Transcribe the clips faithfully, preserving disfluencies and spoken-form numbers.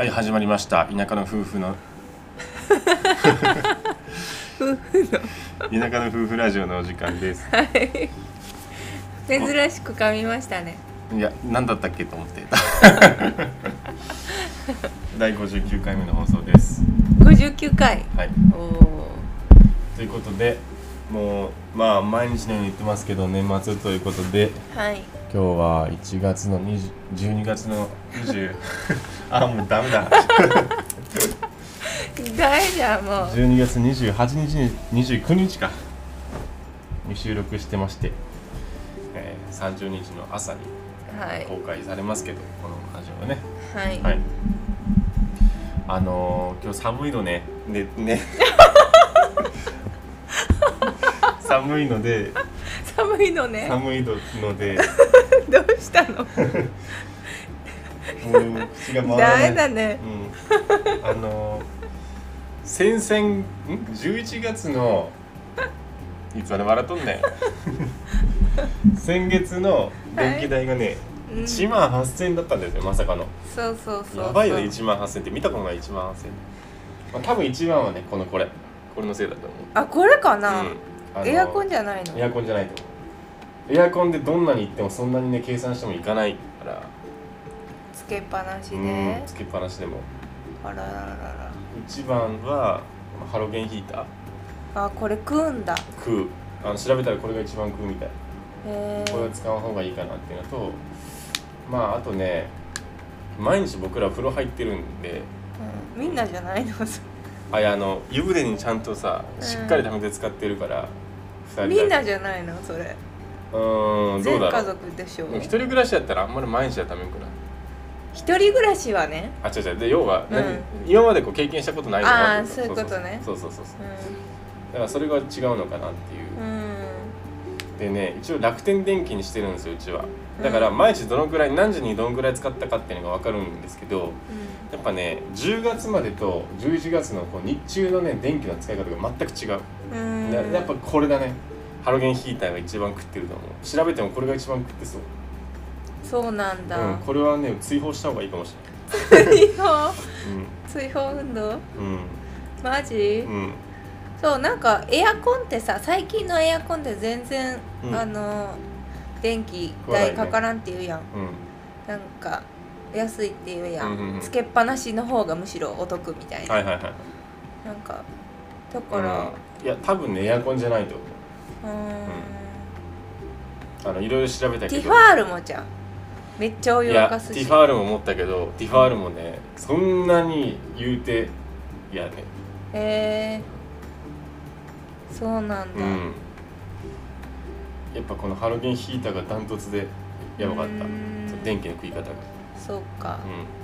はい、始まりました田舎の夫婦の夫婦の田舎の夫婦ラジオのお時間です。 はい、珍しく噛みましたね。 いや、何だったっけと思ってだいごじゅうきゅうかいめの放送です。 ごじゅうきゅうかい、 はい、 おということで、もうまあ毎日のように言ってますけど、年末ということで、 はい、 今日はいちがつのにじゅう、じゅうにがつのにじゅうあ、もうダメだ大じゃんもうじゅうにがつにじゅうはちにちににじゅうくにちかに収録してまして、えー、さんじゅうにちの朝に公開されますけど、はい、このラジオはね、 はい、 はい、あのー、今日寒いのねねね寒いので寒いのね寒いのでどうしたのもう口が回らない。 ダメだね、 うん、あのー、先々んじゅういちがつのいつまで笑っとんねん先月の電気代がね、はい、いちまんはっせんえんだったんですよ、まさかの。 そうそうそうそう、 やばいよね、いちまんはっせんえんって見たことない。いちまんはっせんえん、まあ、多分いちまんはね、このこれこれのせいだと思う。 あ、これかな、うん、エアコンじゃないの。 エアコンじゃないと思う。エアコンでどんなにいってもそんなにね計算してもいかないからつけっぱなしで、 うん、つけっぱなしでも。 あらららら。 一番はハロゲンヒーター。 あ、これ食うんだ。 食う。あの調べたらこれが一番食うみたい。 へー、 これを使う方がいいかなっていうのと、まああとね、毎日僕ら風呂入ってるんで、 うん、みんなじゃないのあ、いや、あの湯船にちゃんとさしっかり溜めて使ってるから、 うん、みんなじゃないのそれ。 うーん、どうだろう。 全家族でしょ。 一人暮らしやったらあんまり毎日は溜めんくない。 一人暮らしはね。 あ、違う違う。で、要は、 うん、 今までこう経験したことないのかな。ああ、そういうことね。 そうそうそうそう。うん、だからそれが違うのかなっていう。うん、でね、一応楽天電気にしてるんですよ、うちは。だから毎日どのくらい、何時にどのくらい使ったかっていうのが分かるんですけど、うん、やっぱね、じゅうがつまでとじゅういちがつのこう日中のね電気の使い方が全く違う。うん、やっぱこれだね。ハロゲンヒーターが一番食ってると思う。調べてもこれが一番食ってそう。 そうなんだ、 うん、これはね追放した方がいいかもしれない追放、うん、追放運動、うん、マジ、うん、そう、なんかエアコンってさ、最近のエアコンって全然、うん、あの電気代かからんっていうやん、ね、うん、なんか安いっていうやん、うんうんうん、つけっぱなしの方がむしろお得みたいな、はいはいはい、なんかだから、 うん、いや多分ねエアコンじゃないと思う。うん、あのいろいろ調べたけど、 ティファールもじゃん、めっちゃお湯沸かすし。 いやティファールも思ったけど、ティファールもねそんなに言うていやね。 へえー、そうなんだ、うん、 やっぱこのハロゲンヒーターがダントツでやばかった、電気の食い方が。 そうか、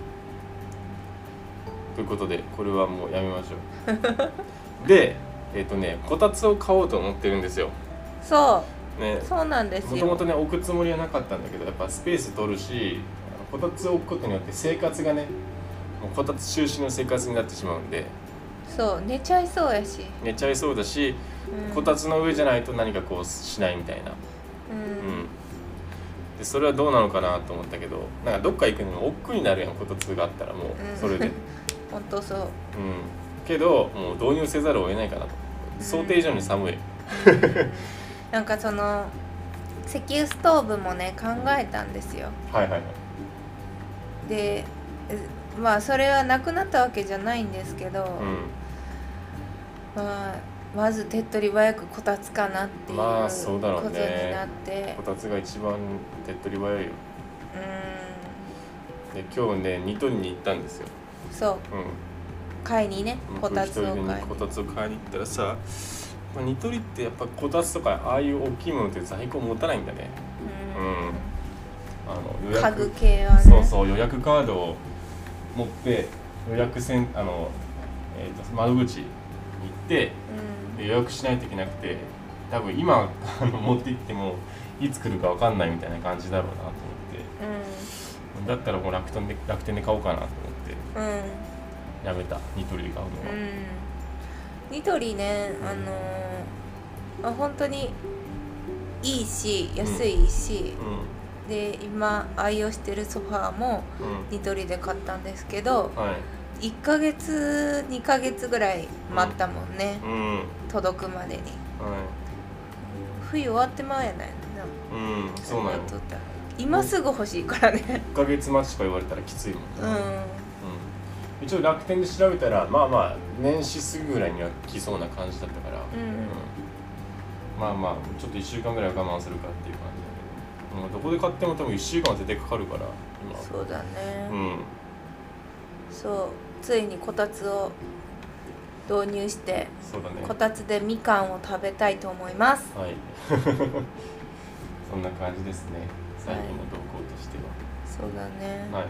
うん、ということでこれはもうやめましょうで、えっとねこたつを買おうと思ってるんですよ。 そうね、そうなんですよ。 もともとね置くつもりはなかったんだけど、やっぱスペース取るし、こたつを置くことによって生活がね、もうこたつ中心の生活になってしまうんで。 そう、寝ちゃいそうやし寝ちゃいそうだし、うん、こたつの上じゃないと何かこうしないみたいな、うん、うん、でそれはどうなのかなと思ったけど、なんかどっか行くのも億劫になるやん、こたつがあったらもうそれで、うん、 ほんとそう、うん、 けどもう導入せざるを得ないかなと、うん、想定以上に寒いなんかその石油ストーブもね考えたんですよ。 はいはいはい。 で、まあそれはなくなったわけじゃないんですけど、うん、まあまず手っ取り早くこたつかなっていうことになって、まあそうだろうね、 こたつが一番手っ取り早いよ。うん。で今日ねニトリに行ったんですよ。 そう。うん。買いにね、こたつを買いに。 こたつを買いに行ったらさ。ニトリってやっぱこたつとかああいう大きいものって在庫持たないんだね。うん、うん、 あの予約家具系はね、 そうそう予約カードを持って予約せんあの、えー、と窓口に行って、うん、予約しないといけなくて、多分今あの持って行ってもいつ来るか分かんないみたいな感じだろうなと思って、うん、だったらもう楽天で楽天で買おうかなと思って、うん、やめたニトリで買うのは。うん、 ニトリね、あのー、あ本当にいいし安いし、 で今愛用してるソファーもニトリで買ったんですけど、 はい、 いっかげつにかげつぐらい待ったもんね、 うん、 届くまでに、はい、冬終わってまうやないのな。うん、そうなんよ。 今すぐ欲しいからね。 いっかげつ待ちとか言われたらきついもんね。うん、うん、一応楽天で調べたらまあまあ年始すぐぐらいには来そうな感じだったから、うんうん、まあまあちょっといっしゅうかんぐらいは我慢するかっていう感じだけど、うん、どこで買っても多分いっしゅうかんは絶対かかるから今。 そうだね、 うん、 そうついにこたつを導入して、 そうだね、 こたつでみかんを食べたいと思います。 はいそんな感じですね、最近の動向としては。 そうだね、 はい、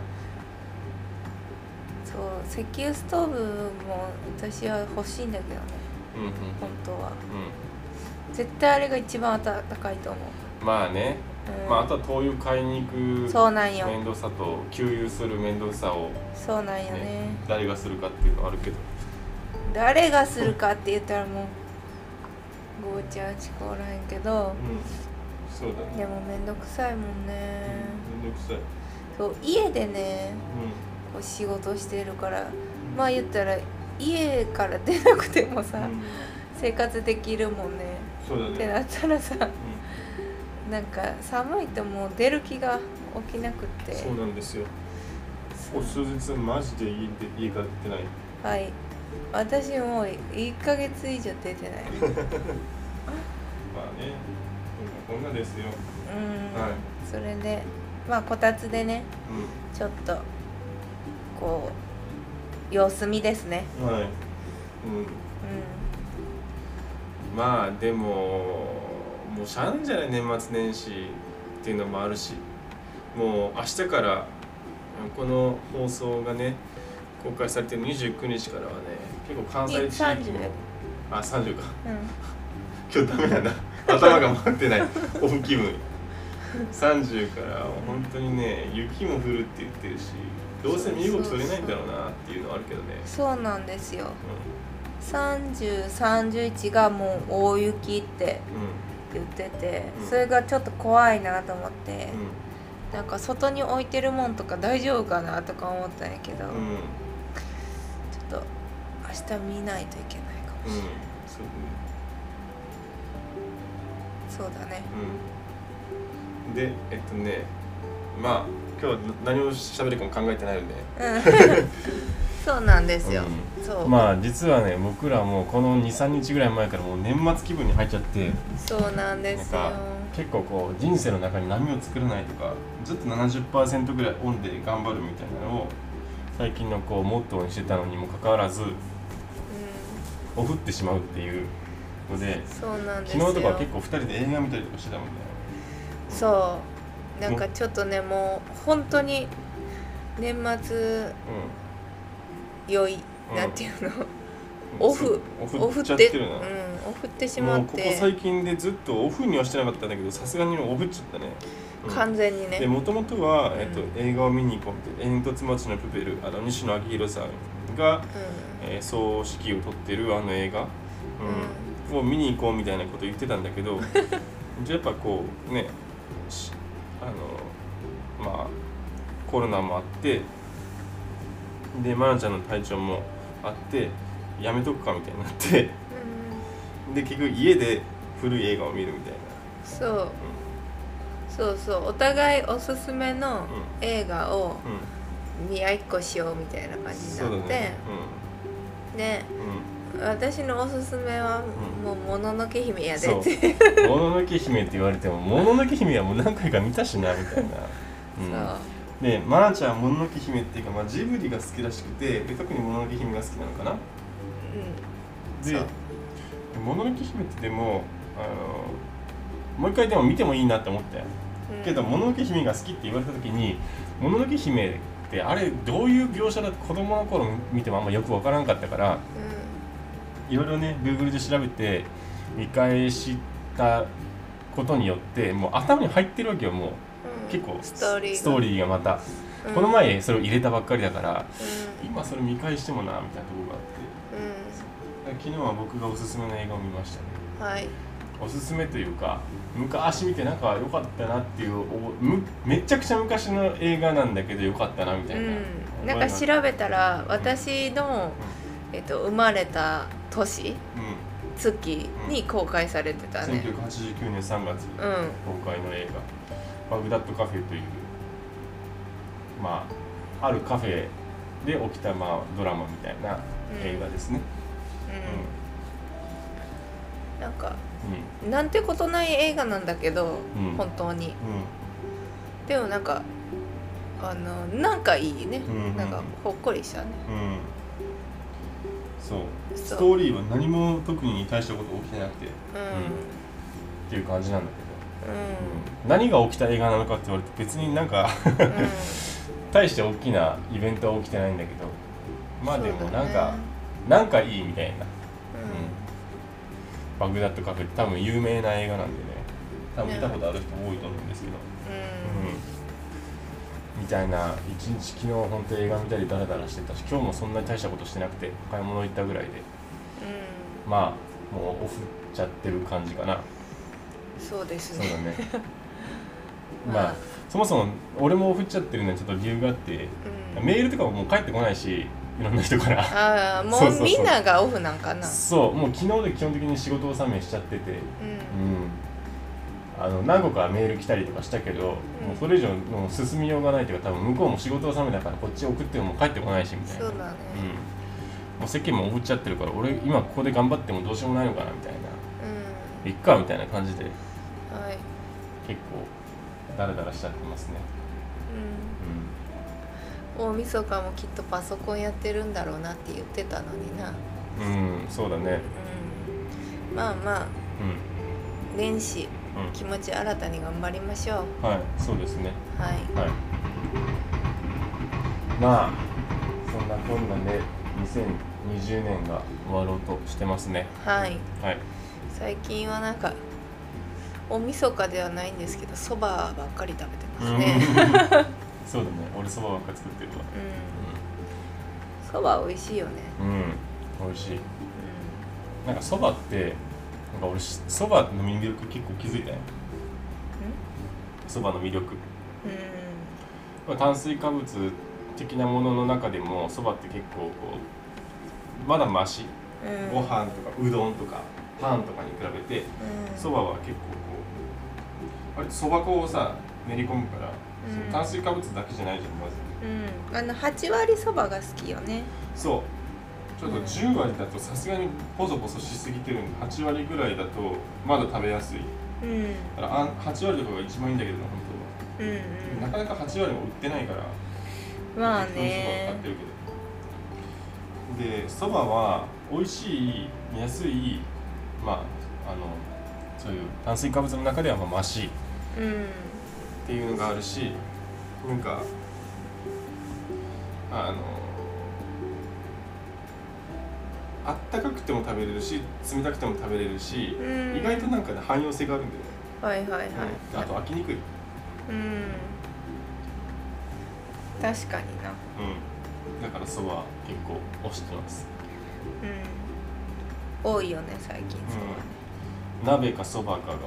そう石油ストーブも私は欲しいんだけどね、うんうん、本当は、うん、絶対あれが一番暖かいと思う。 まあね、うん、まあ、あとは灯油買いに行くそうなんよ面倒さと給油する面倒さを、ね、 そうなんよね、 誰がするかっていうのはあるけど、 誰がするかって言ったらもうゴーちゃんしかおらへんけど、うん、 そうだね、 でもめんどくさいもんね、 うん、めんどくさい。 そう家でね、うん、こう仕事してるから、うん、まあ言ったら家から出なくてもさ、うん、生活できるもんね。 そうだねってなったらさ、うん、なんか寒いともう出る気が起きなくって。 そうなんですよ。ここ数日マジで家で家から出てない。 はい、私もういっかげつ以上出てないまあね、 こんなですよ。 うん、はい、それでまあこたつでね、うん、ちょっとこう様子見ですね。 はい、うん、うん、まあでももうしゃあないんじゃない、年末年始っていうのもあるし、もう明日からこの放送がね公開されてるにじゅうくにちからはね、結構関西地域もあさんじゅうか、うん、今日ダメなんだ頭が回ってないオフ気分さんじゅうから本当にね雪も降るって言ってるし、どうせ身動き取れないんだろうなっていうのはあるけどね。 そうなんですよ、うん、さんじゅう、さんじゅういちがもう大雪って言ってて、うん、それがちょっと怖いなと思って、うん、なんか外に置いてるもんとか大丈夫かなとか思ったんやけど、うん、ちょっと明日見ないといけないかもしれない、うん、そう、そうだね、 うん、でえっとねまあ今日は何を喋るかも考えてないよね、うん、 そうなんですよ、 うん、そうまあ実はね僕らもこの にさんにちぐらい前からもう年末気分に入っちゃって、 そうなんですよ、 なんか結構こう人生の中に波を作らないとか、ずっと ななじゅっパーセント ぐらいオンで頑張るみたいなのを最近のこうモットーにしてたのにもかかわらず、うん、オフってしまうっていうので、 そうなんですよ。 昨日とか結構ふたりで映画見たりとかしてたもんね。 そうなんかちょっとねもう本当に年末、うん、良い、うん、なんていうのオフオフってるな、うん、 オフってしまって、もうここ最近でずっとオフにはしてなかったんだけど、さすがにオフっちゃったね、 うん、完全にね。 でもともとは、えっと、映画を見に行こうって煙突町のプペル、あの西野昭弘さんが、うんえー、総指揮を取ってるあの映画、うん、を見に行こうみたいなこと言ってたんだけどじゃあやっぱこうねあのまあコロナもあってで愛菜ちゃんの体調もあってやめとくかみたいになって、うん、で結局家で古い映画を見るみたいな。 そう、うん、そうそうお互いおすすめの映画を見合いっこしようみたいな感じになって、うん、ね、ね、うん、私のおすすめはもうもののけ姫やでってもののけ姫って言われてももののけ姫はもう何回か見たしなみたいな、うん、そうで、愛菜ちゃんはもののけ姫っていうか、まあ、ジブリが好きらしくて、で特にもののけ姫が好きなのかな、うん、でもののけ姫ってでもあのもう一回でも見てもいいなって思ったよ、うん、けどもののけ姫が好きって言われた時にもののけ姫ってあれどういう描写だって子供の頃見てもあんまよくわからんかったから、うん、いろいろね Google で調べて見返したことによってもう頭に入ってるわけよ、もう結構ストーリーが、ストーリーがまた、うん、この前それを入れたばっかりだから、うん、今それ見返してもなみたいなところがあって、うん、昨日は僕がおすすめの映画を見ましたね。 はい。 おすすめというか昔見てなんか良かったなっていうむめちゃくちゃ昔の映画なんだけど良かったなみたいな、 うん、なんか調べたら私の、うんえっと、生まれた年、うん、月に公開されてたね、 せんきゅうひゃくはちじゅうきゅうねんさんがつ公開の映画、うん、バグダッドカフェというまああるカフェで起きた、まあ、ドラマみたいな映画ですね、うんうんうん、なんか、うん、なんてことない映画なんだけど、うん、本当に、うん、でもなんかあのなんかいいね、うんうんうん、なんかほっこりしたね、うん、 そうストーリーは何も特に大したこと起きてなくて、うんうん、っていう感じなんだけど、うんうん、何が起きた映画なのかって言われて別になんか、うん、大して大きなイベントは起きてないんだけどまあでもなんか、ね、なんかいいみたいな、うんうん、バグダッドカフェって多分有名な映画なんでね多分見たことある人多いと思うんですけど、うんうん、みたいな一日昨日本当映画見たりダラダラしてたし今日もそんなに大したことしてなくて買い物行ったぐらいで、うん、まあもうオフっちゃってる感じかな。 そうですね。 そうだねまあそもそも俺もオフっちゃってるのはちょっと理由があって、うん、メールとかももう返ってこないしいろんな人からああもうそうそうそうみんながオフなんかな。 そうもう昨日で基本的に仕事納めしちゃってて、うんうん、あの何個かメール来たりとかしたけど、うん、もうそれ以上もう進みようがないというか多分向こうも仕事納めだからこっち送っても返ってこないしみたいな。 そうだね、 うん、もう世間もオフっちゃってるから俺今ここで頑張ってもどうしようもないのかなみたいな、うん、いっかみたいな感じで、はい、結構ダラダラしちゃってますね。 うん、うん、大晦日もきっとパソコンやってるんだろうなって言ってたのにな。 うんそうだね、 うん、まあまあ、うん、年始、うん、気持ち新たに頑張りましょう。はいそうですねはい、 はい、まあそんなこんなんでにせんにじゅうねんが終わろうとしてますね。 はい、 はい、 最近はなんか大晦日ではないんですけどそばばっかり食べてますねそうだね俺そばばっか作ってるわ。 そば、うん、美味しいよね。 うん美味しい、うん、なんかそばってなんか俺そばの魅力結構気づいたよ。そばの魅力、うん、炭水化物的なものの中でもそばって結構こうまだマシ、うん、ご飯とかうどんとかパンとかに比べてそば、うん、は結構こうあれそば粉をさ練り込むから、うん、炭水化物だけじゃないじゃんまず、 うん、あのはち割そばが好きよね。 そうちょっとじゅう割だとさすがにポソポソしすぎてるんではち割ぐらいだとまだ食べやすい、うん、だからはち割とかが一番いいんだけど本当は、うんうん、なかなかはち割も売ってないからまあね買ってるけどでそばは美味しい安いまああのそういう炭水化物の中ではまあマシ、うん、っていうのがあるしなんかあのあったかくても食べれるし冷たくても食べれるし、うん、意外となんか、ね、汎用性があるんだよね。 はいはいはい、 うん、あと飽きにくい。 うん確かにな。 うんだからそば結構推してます。 うん多いよね最近そばね、 うん、鍋かそばかが多いな。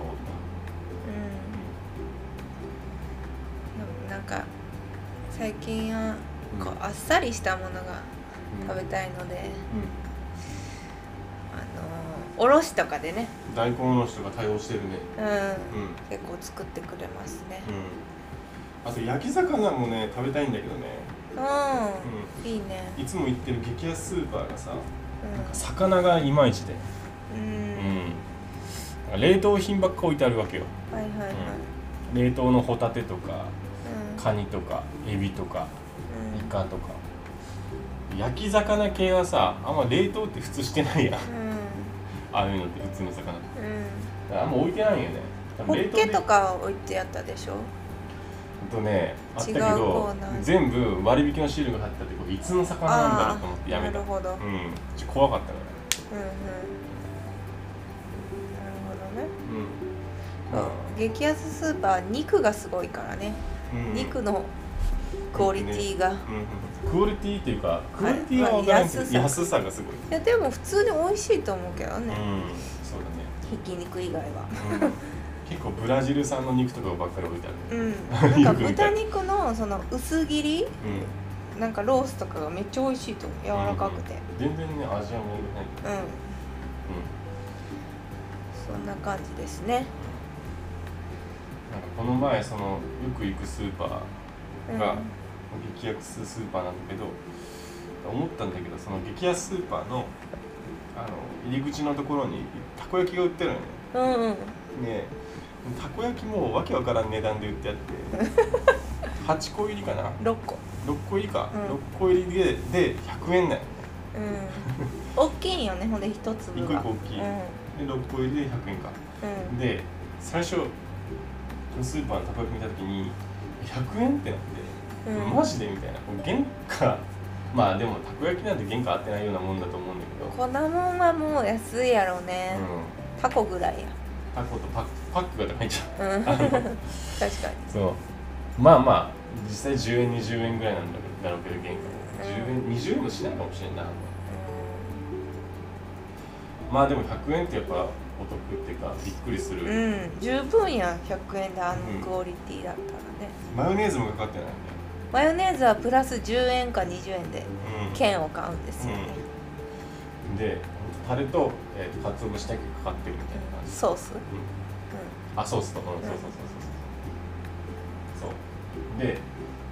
うんなんか最近はこうあっさりしたものが食べたいので、うんうん、あのおろしとかでね大根おろしとか対応してるね、 うんうん、結構作ってくれますね、 うん、あと焼き魚もね食べたいんだけどね、 うんうん、いいね。 いつも行ってる激安スーパーがさ、うん、なんか魚がいまいちで、うんうん、冷凍品ばっか置いてあるわけよ、 はいはいはいうん、冷凍のホタテとか、うん、カニとかエビとか、うん、イカとか焼き魚系はさあんま冷凍って普通してないや、うん、ああいうのって普通の魚って、うん、あんま置いてないよね。 ホッケとか置いてあったでしょ。 ほんとねあったけど全部割引のシールが貼ってあってこれいつの魚なんだろうと思ってやめた。 なるほど、うん、 ちょっと怖かったから。うんうんなるほどね、うん、激安スーパー肉がすごいからね、うん、肉のクオリティが、ねうん、クオリティっていうかクオリティは分からんけど、まあ、安さがすごい。 いやでも普通に美味しいと思うけどね、うん、 そうだね。 ひき肉以外は、 うん、結構ブラジル産の肉とかばっかり置いてある、 うん、なんか豚肉のその薄切り、うん、なんかロースとかがめっちゃ美味しいと思う、柔らかくて、 うんうん、全然ね味は問題ない、うん、うん、 そんな感じですね。 なんかこの前そのよく行くスーパーが、うん、激安スーパーなんだけど、思ったんだけど、その激安スーパーのあの入り口のところにたこ焼きが売ってるのね、うんうん、ね、たこ焼きもわけわからん値段で売ってあってはちこ入りかな、 ろっころっこ入りか、うん、ろっこ入りででひゃくえんだよね、 うん、大きいんよね、ほんで一粒が一個一個大きい、うん、でろっこ入りでひゃくえんか、うん、で最初スーパーのたこ焼き見たときにひゃくえんってなって、うん、マジでみたいな、原価、まあでもたこ焼きなんて原価合ってないようなもんだと思うんだけど、 こんなもんはもう安いやろうね、うん、タコぐらいや、 タコとパック、パックが高いんじゃん、うん、 確かにそう、まあまあ実際じゅうえんにじゅうえんぐらいなんだろうけど原価、じゅうえん、にじゅうえんもしないかもしれんな、うん、まあでもひゃくえんってやっぱお得っていうかびっくりする、 うん、十分やん、ひゃくえんであのクオリティだったらね、 うん、マヨネーズもかかってないんだよ。 マヨネーズはプラスじゅうえんかにじゅうえんで券を買うんですよね、 うんうん、でタレと、えー、かつお節だけかかってるみたいな感じ、 ソース、うん、 あ、ソースと、うん、そうそうそうそうそうそうで、えっ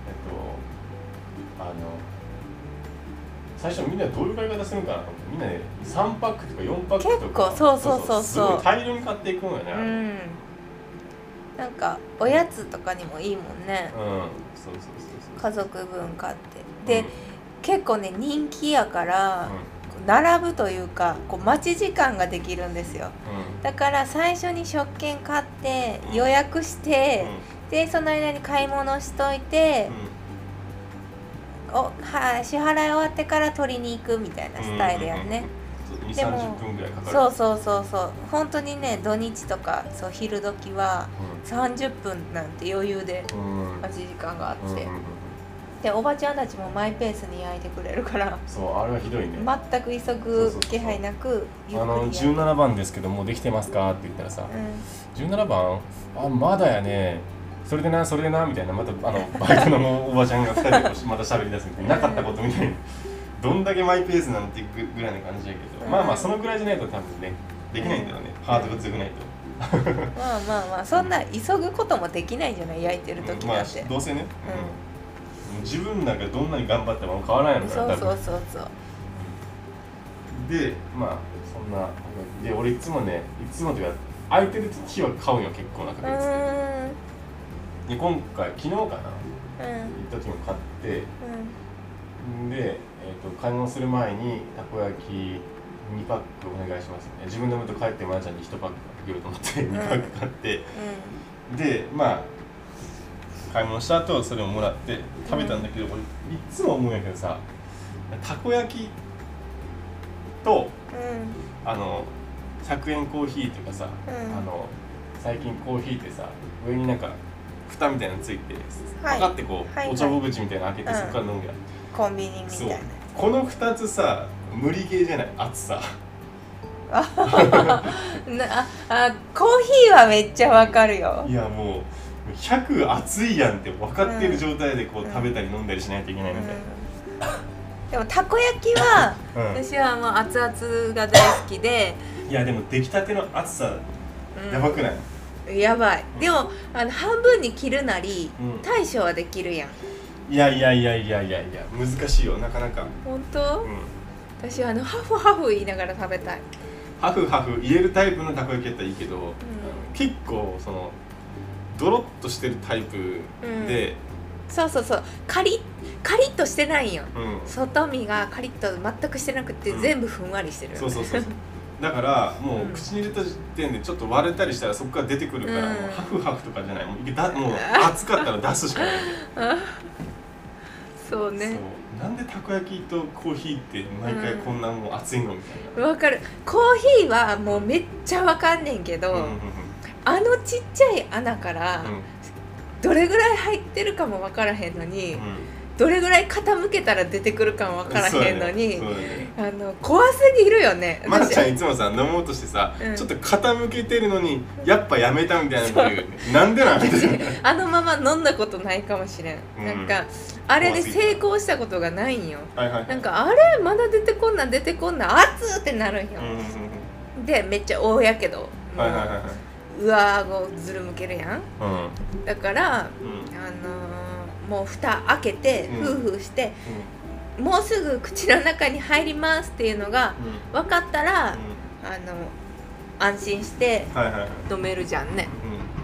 とあの最初みんなどういう買い方するんかなと思って、みんなねさんパックとかよんパックとか結構そうそうそうそう、 すごい大量に買っていくのよね、 うん、なんかおやつとかにもいいもんね、 うん、そうそうそうそう、 家族分買ってで、うん、結構ね人気やから、うん、並ぶというかこう待ち時間ができるんですよ、うん、だから最初に食券買って予約して、うん、でその間に買い物しといて、うん、おは支払い終わってから取りに行くみたいなスタイルやね、 うんうんうん、でもにじゅう、さんじゅっぷんぐらいかかる。 そうそうそうそう本当にね土日とかそう昼時はさんじゅっぷんなんて余裕で待ち時間があって、うんうんうん、でおばちゃんたちもマイペースに焼いてくれるから、 そうあれはひどいね、 全く急ぐ気配なくゆっくり、あのじゅうななばんですけどもうできてますかって言ったらさ、うん、じゅうななばんあまだやね、それでなそれでなみたいな、またあのバイトのおばちゃんがふたりでまた喋り出すみたいな、なかったことみたいなどんだけマイペースなんてぐらいの感じやけど、うん、まあまあそのぐらいじゃないと多分ねできないんだよね、うん、ハートが強くないとまあまあまあそんな急ぐこともできないじゃない、焼いてる時なんて、 うん、まあどうせね、うん、自分なんかどんなに頑張っても変わらないのから、 そうそうそうそうでまあそんなで俺いつもねいつもというか空いてる日は買うんよ結構な確率で、で今回昨日かな、うん、行った時も買って、うん、で、えー、と買い物する前にたこ焼きにパックお願いしますね、自分でもと帰ってまーちゃんにいちパックあげようと思ってにパック買って、うん、でまあ買い物した後それをもらって食べたんだけど、うん、俺いつも思うんやけどさ、たこ焼きと、うん、あのひゃくえんコーヒーとかさ、うん、あの最近コーヒーってさ上になんか蓋みたいなのついて、はい、パカってこう、はい、お茶ぼ口みたいなの開けて、はい、そこから飲むやん、 コンビニみたいな。 このふたつさ無理ゲーじゃない、熱さああコーヒーはめっちゃわかるよ。 いやもうひゃく熱いやんって分かってる状態でこう、うん、食べたり飲んだりしないといけないので、 うん、でもたこ焼きは、うん、私はもう熱々が大好きで、 いやでも出来たての熱さやばくない、 うん、やばい、でもあの半分に切るなり、うん、対処はできるやん。 いやいやいやいやいやいや難しいよなかなか。 本当？うん、私はあのハフハフ言いながら食べたい。 ハフハフ言えるタイプのたこ焼きやったらいいけど、うん、結構そのドロッとしてるタイプで、 うん、そうそうそうカリッカリッとしてないよ、うん、外身がカリッと全くしてなくて、うん、全部ふんわりしてる、 そうそうそうそうだからもう口に入れた時点でちょっと割れたりしたらそこから出てくるから、うん、もうハフハフとかじゃない、もうだもう熱かったら出すしかないそうね。 そうなんでたこ焼きとコーヒーって毎回こんなもう熱いのみたいな。 わ、うん、かる。コーヒーはもうめっちゃわかんねんけど、うんうんうん、あのちっちゃい穴からどれぐらい入ってるかもわからへんのに、うん、どれぐらい傾けたら出てくるかもわからへんのに、ねねね、 あの怖すぎるよね。 まなちゃんいつもさ飲もうとしてさ、うん、ちょっと傾けてるのにやっぱやめたみたいなこと言う。なんでなんてあのまま飲んだことないかもしれん、うん、なんかあれで成功したことがないんよ、はいはいはい、なんかあれまだ出てこんな出てこんな熱ってなるんよ、うん、でめっちゃ大やけど、はいはいはい、上顎ずるむけるやん、うん、だから、うん、あのー、もう蓋開けてフーフーして、うん、もうすぐ口の中に入りますっていうのが分かったら、うん、あの安心して飲めるじゃんね。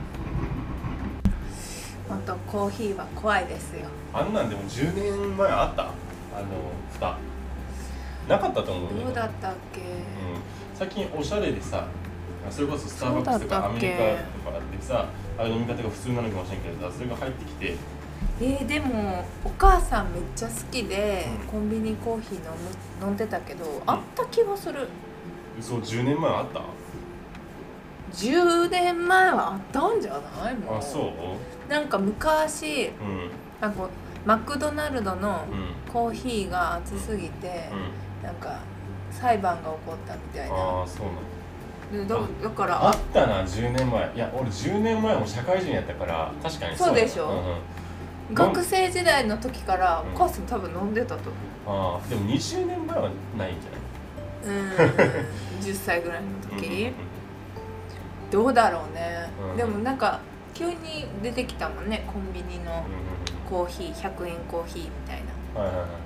ほんとコーヒーは怖いですよ。 あんなんでもじゅうねんまえあった？あの蓋なかったと思うね。 どうだったっけ、うん、 最近おしゃれでさ、それこそスターバックスとかアメリカとかでさ、あの飲み方が普通なのかもしれんけどさ、それが入ってきて、 えー、でもお母さんめっちゃ好きで、うん、コンビニコーヒー飲む飲んでたけど、うん、あった気がする。 嘘、じゅうねんまえあった？ じゅうねんまえはあったんじゃない？もうあ、そう？ なんか昔、うん、なんかマクドナルドのコーヒーが熱すぎて、うん、なんか裁判が起こったみたいな。 ああ、そうなんだ。 だ, だからあったな、じゅうねんまえ。いや俺じゅうねんまえも社会人やったから確かにそうでしょ、うんうん、学生時代の時からお母さん多分飲んでたと思う、うん、ああでもにじゅうねんまえはないんじゃない？うんじゅっさいぐらいの時、うんうんうん、どうだろうね、うん、でもなんか急に出てきたもんね、コンビニのコーヒーひゃくえんコーヒーみたいな、はいはいはい、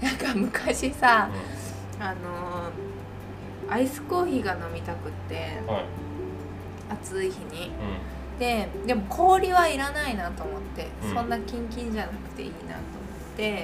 なんか昔さ、うん、あのー、アイスコーヒーが飲みたくって、はい、暑い日に、うん、で, でも氷はいらないなと思って、うん、そんなキンキンじゃなくていいなと思って、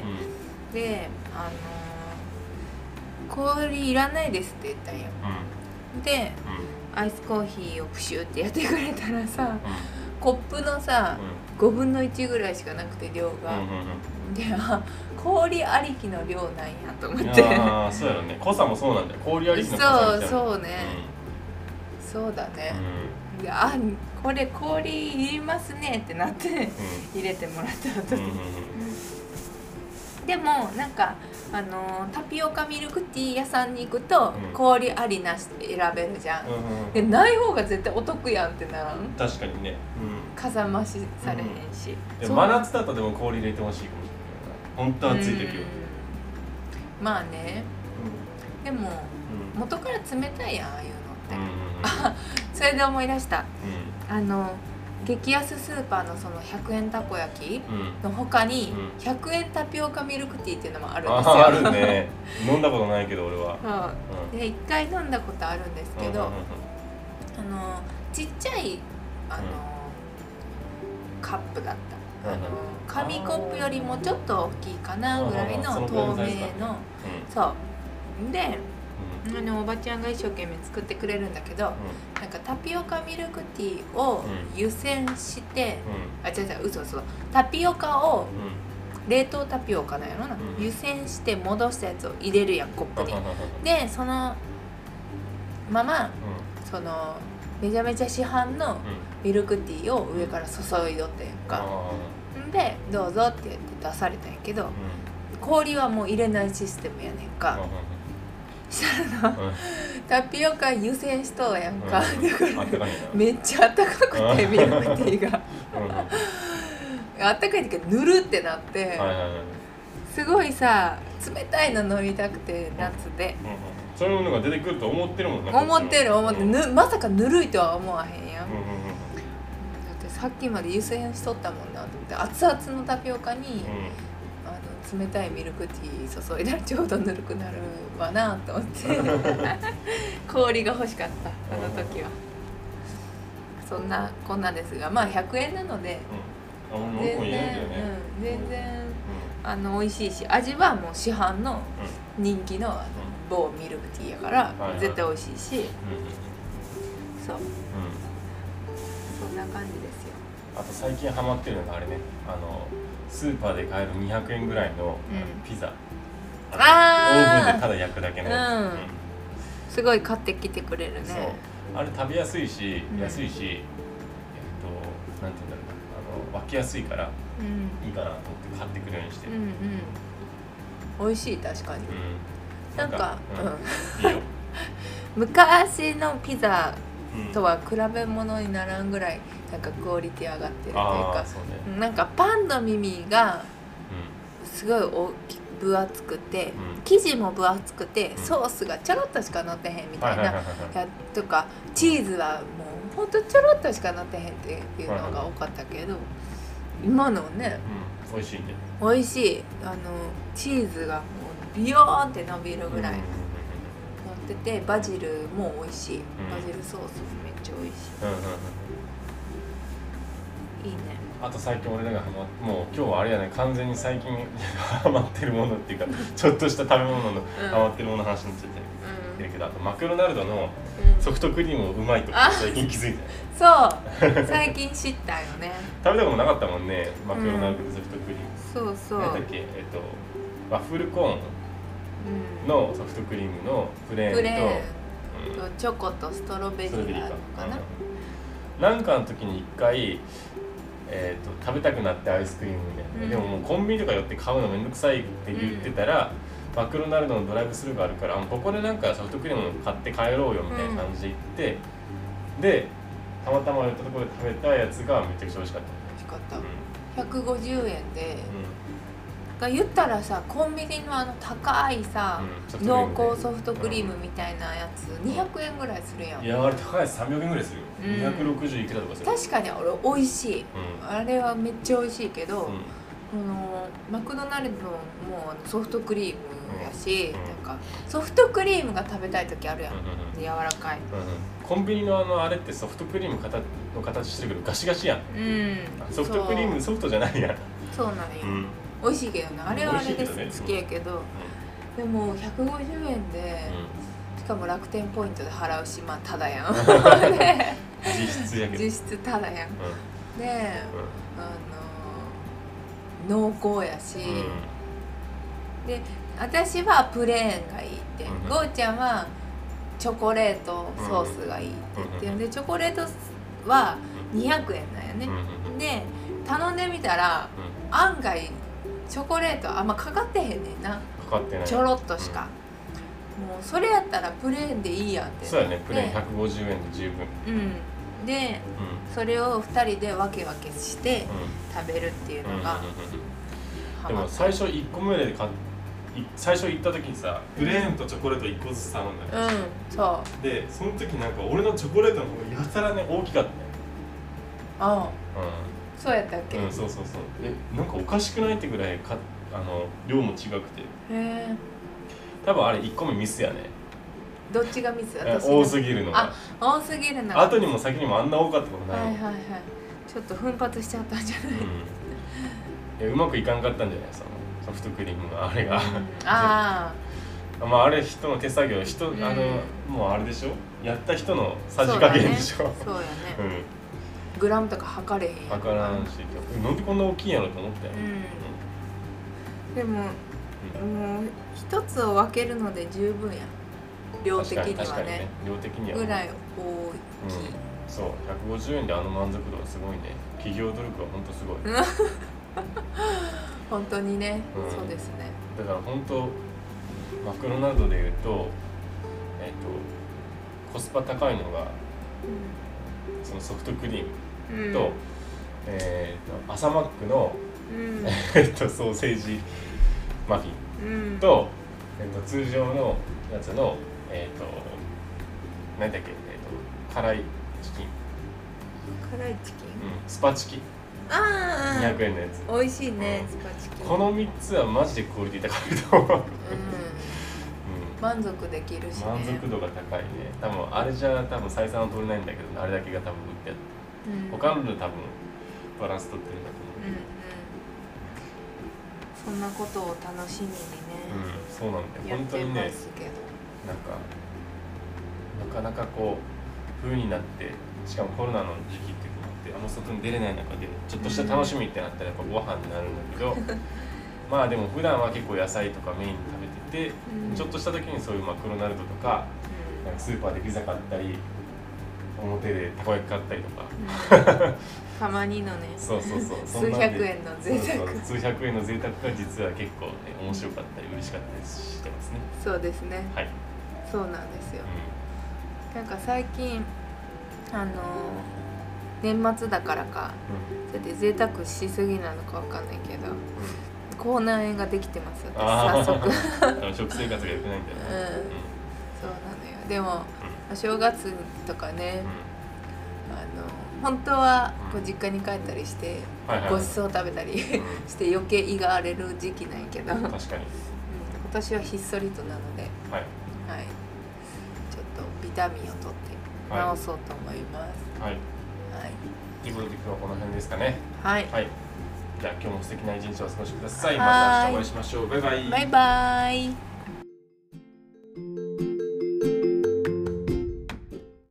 うん、で、あのー、氷いらないですって言ったんよ、うん、で、うん、アイスコーヒーをプシューってやってくれたらさ、うん、コップのさ、うん、ごぶんのいちぐらいしかなくて量が、うんうんうん、であ氷ありきの量なんやと思って。 ああそうやろね、濃さもそうなんだよ、氷ありきの濃さみたいな。 そうそうね、うん、そうだね、うん、であこれ氷いりますねってなって、うん、入れてもらった後で、うんうんうん、でもなんかあのタピオカミルクティー屋さんに行くと、うん、氷ありなしで選べるじゃん、うんうんうん、でない方が絶対お得やんってならん？ 確かにね、 うん、かさ増しされへんし、 うん、でも真夏だとでも氷入れてほしいかもしれない。本当暑い時は、 うん、まあね、うん、でも、うん、元から冷たいやんああいうのって、うんうんうん、あそれで思い出した、うん、あの激安スーパーのそのひゃくえんたこ焼きの他にひゃくえんタピオカミルクティーっていうのもあるんですよ。 あ, あるね飲んだことないけど俺は、 うん、で一回飲んだことあるんですけど、うんうんうん、あのちっちゃいあの、うん、カップだった。あの紙コップよりもちょっと大きいかなぐらいの透明の、そうで、あのおばちゃんが一生懸命作ってくれるんだけど、なんかタピオカミルクティーを湯煎して、あ違う違う嘘嘘タピオカを冷凍タピオカなんやろな、湯煎して戻したやつを入れるやんコップに、でそのままそのめちゃめちゃ市販のミルクティーを上から注いどってんか、でどうぞって言って出されたんやけど、うん、氷はもう入れないシステムやねんか、うん、したらの、うん、タピオカ湯煎しとうやんか、うん、だからめっちゃあったかくてミルクティーがあったかいけどぬるってなって、はいはいはい、すごいさ冷たいの飲みたくて夏で、うんうん、 そういうのが出てくると思ってるもんね。 思ってる思ってる、うん、まさかぬるいとは思わへんやん、うんうんうん、さっきまで湯煎しとったもんなと思って、熱々のタピオカに、うん、あの冷たいミルクティー注いだらちょうどぬるくなるわなと思って氷が欲しかったあの時は。そんなこんなですが、まあひゃくえんなので、うん、全然、うん、全然、うん、あの美味しいし、味はもう市販の人気の、あの某ミルクティーやから、うん、絶対美味しいし、うん、そう、うん、そんな感じですよ。 あと最近ハマってるのがあれね、あのスーパーで買えるにひゃくえんぐらいの、うん、ピザ、あオーブンでただ焼くだけの、うんうん、 すごい買ってきてくれるね。 そうあれ食べやすいし、うん、安いし、えっとなんていうんだろうな、あの沸きやすいから、うん、いいかなと思って買ってくるようにしてる、うんうん、 美味しい確かに、うん、 なんか、 うん、いいよ昔のピザとは比べ物にならんぐらいなんかクオリティ上がってるっていうか、 そうね、 なんかパンの耳がすごい大きく分厚くて、 うん、 生地も分厚くて、 うん、 ソースがちょろっとしか乗ってへんみたいなやとか、チーズはもうほんとちょろっとしか乗ってへんっていうのが多かったけど、今のね、 うん、美味しいね、 美味しい。あのチーズがもうビヨーンって伸びるぐらい乗ってて、バジルも美味しい。バジルソースもめっちゃ美味しい、うんうんうん、いいね。 あと最近俺らがハマもう今日はあれやね、完全に最近ハマってるものっていうかちょっとした食べ物のハマってるものの話についてるけど、あとマクドナルドのソフトクリームうまいと最近気づいた、うん、そう最近知ったよね食べたことなかったもんね、マクドナルドでソフトクリーム、 うん、そうそう、 何だっけ、えっとワッフルコーンのソフトクリームのプレーンと、 プレーンと、うん、チョコとストロベリーがあるのかな、 うん、なんかの時に一回えー、と食べたくなってアイスクリームみたいな、うん、でももうコンビニとか寄って買うのめんどくさいって言ってたら、うん、マクドナルドのドライブスルーがあるから、ここでなんかソフトクリーム買って帰ろうよみたいな感じで行って、うん、でたまたま寄ったところで食べたやつがめちゃくちゃ美味しかった。 美味しかった、うん、ひゃくごじゅうえんで、うん、が言ったらさ、コンビニのあの高いさ、うん、濃厚ソフトクリームみたいなやつ、うん、にひゃくえんぐらいするやん。いやあれ高いやつさんびゃくえんぐらいするよ、うん、にひゃくろくじゅういくらとかする。 確かに俺美味しい、うん、あれはめっちゃ美味しいけど、うん、このマクドナルドもソフトクリームやし、うん、なんかソフトクリームが食べたい時あるやん、うん、柔らかい、うんうん、 コンビニのあのあれってソフトクリームの形してるけどガシガシやん、うん、ソフトクリームソフトじゃないやん。 そうなんや、うん、美味しいけどな、あれはあれです、ね、好きやけど、うん、でもひゃくごじゅうえんで、うん、しかも楽天ポイントで払うし、まあただやんね、 実質やけど実質ただやん、うん、で、うん、あの濃厚やし、うん、で私はプレーンがいいって、うん、ゴーちゃんはチョコレートソースがいいって言って、うん、でチョコレートはにひゃくえんなんやね、うん、で頼んでみたら、うん、案外チョコレートあんまかかってへんねんな、 かかってない、 ちょろっとしか、うん、もうそれやったらプレーンでいいやんって。 そうやね、プレーンひゃくごじゅうえんで十分、 うん、で、うん、それをふたりで分け分けして食べるっていうのが、 でも最初いっこめで買って最初行った時にさ、プレーンとチョコレートいっこずつ頼んだよ、 うん、そうで、その時なんか俺のチョコレートの方がやたらね大きかったね。 ああ、うん、そうやったっけ、 うん、そうそうそう、え、なんかおかしくないってぐらいかあの量も違くて、へえ、 多分あれいっこめミスやね。 どっちがミス？ 多すぎるのが。 あ、多すぎるのが後にも先にもあんな多かったことない。 はいはいはい、ちょっと奮発しちゃったんじゃない、 うん、うまくいかんかったんじゃない、そのソフトクリームのあれが、うん、 ああまああれ人の手作業、人、うん、あのもうあれでしょ、やった人のさじ加減でしょ。 そうやね、そうやね、うん、グラムとか測れへんやん、 測らんし、なんでこんな大きいんやろと思ったよ、 うん、でも、うん、もう一つを分けるので十分や、量的には ね, ね量的にはぐらい大きい、うん、 そう、ひゃくごじゅうえんであの満足度はすごいね。企業努力は本当すごい本当にね、 うん、 そうですね。 だから本当マクドナルドでいうと、えっとコスパ高いのが、うん、そのソフトクリームと、うん、えっと朝マックの、うん、えっとソーセージマフィン、うん、と、えっと通常のやつのえっと何だっけ、えっと辛いチキン、 辛いチキン、 うん、スパチキ、 ああ、 にひゃくえんのやつ、 美味しいね、うん、スパチキン。 このみっつはマジでクオリティ高いと思う、うんうん、 満足できるしね、 満足度が高いね。多分あれじゃ多分採算は取れないんだけど、あれだけが多分売ってあって、うん、他ので多分バランス取ってるんだと思う、 うんうん、そんなことを楽しみにね、 うん、そうなんだよ、本当にね、なんかなかなかこう冬になって、しかもコロナの時期ってあの外に出れない中でちょっとした楽しみってなったらやっぱご飯になるんだけどまあでも普段は結構野菜とかメインに食べてて、うん、ちょっとした時にそういうマクドナルドとか、うん、なんかスーパーでピザ買ったり表でたこ焼き買ったりとか、 うん、たまにのねそうそうそう数百円の贅沢、 そうそう数百円の贅沢が実は結構ね面白かったり嬉しかったりしてますね。 そうですね、 はい、 そうなんですよ、うん、なんか最近あの年末だからか、うん、それで贅沢しすぎなのかわかんないけど、うん、口内炎ができてますよ早速食生活が良くないんだよね、うん、そうなのよ。 でも、うん、正月とかね、うん、あの本当はこう実家に帰ったりして、うん、ごちそう食べたり、はいはい、して余計胃が荒れる時期なんやけど、確かに、うん、今年はひっそりとなので、はいはい、ちょっとビタミンを取って治そうと思います。はい、はいはい、 ということで今日はこの辺ですかね。 はい、はい、 じゃあ今日も素敵な一日をお過ごしください。また明日お会いしましょう。バイバイ。 バイバイ。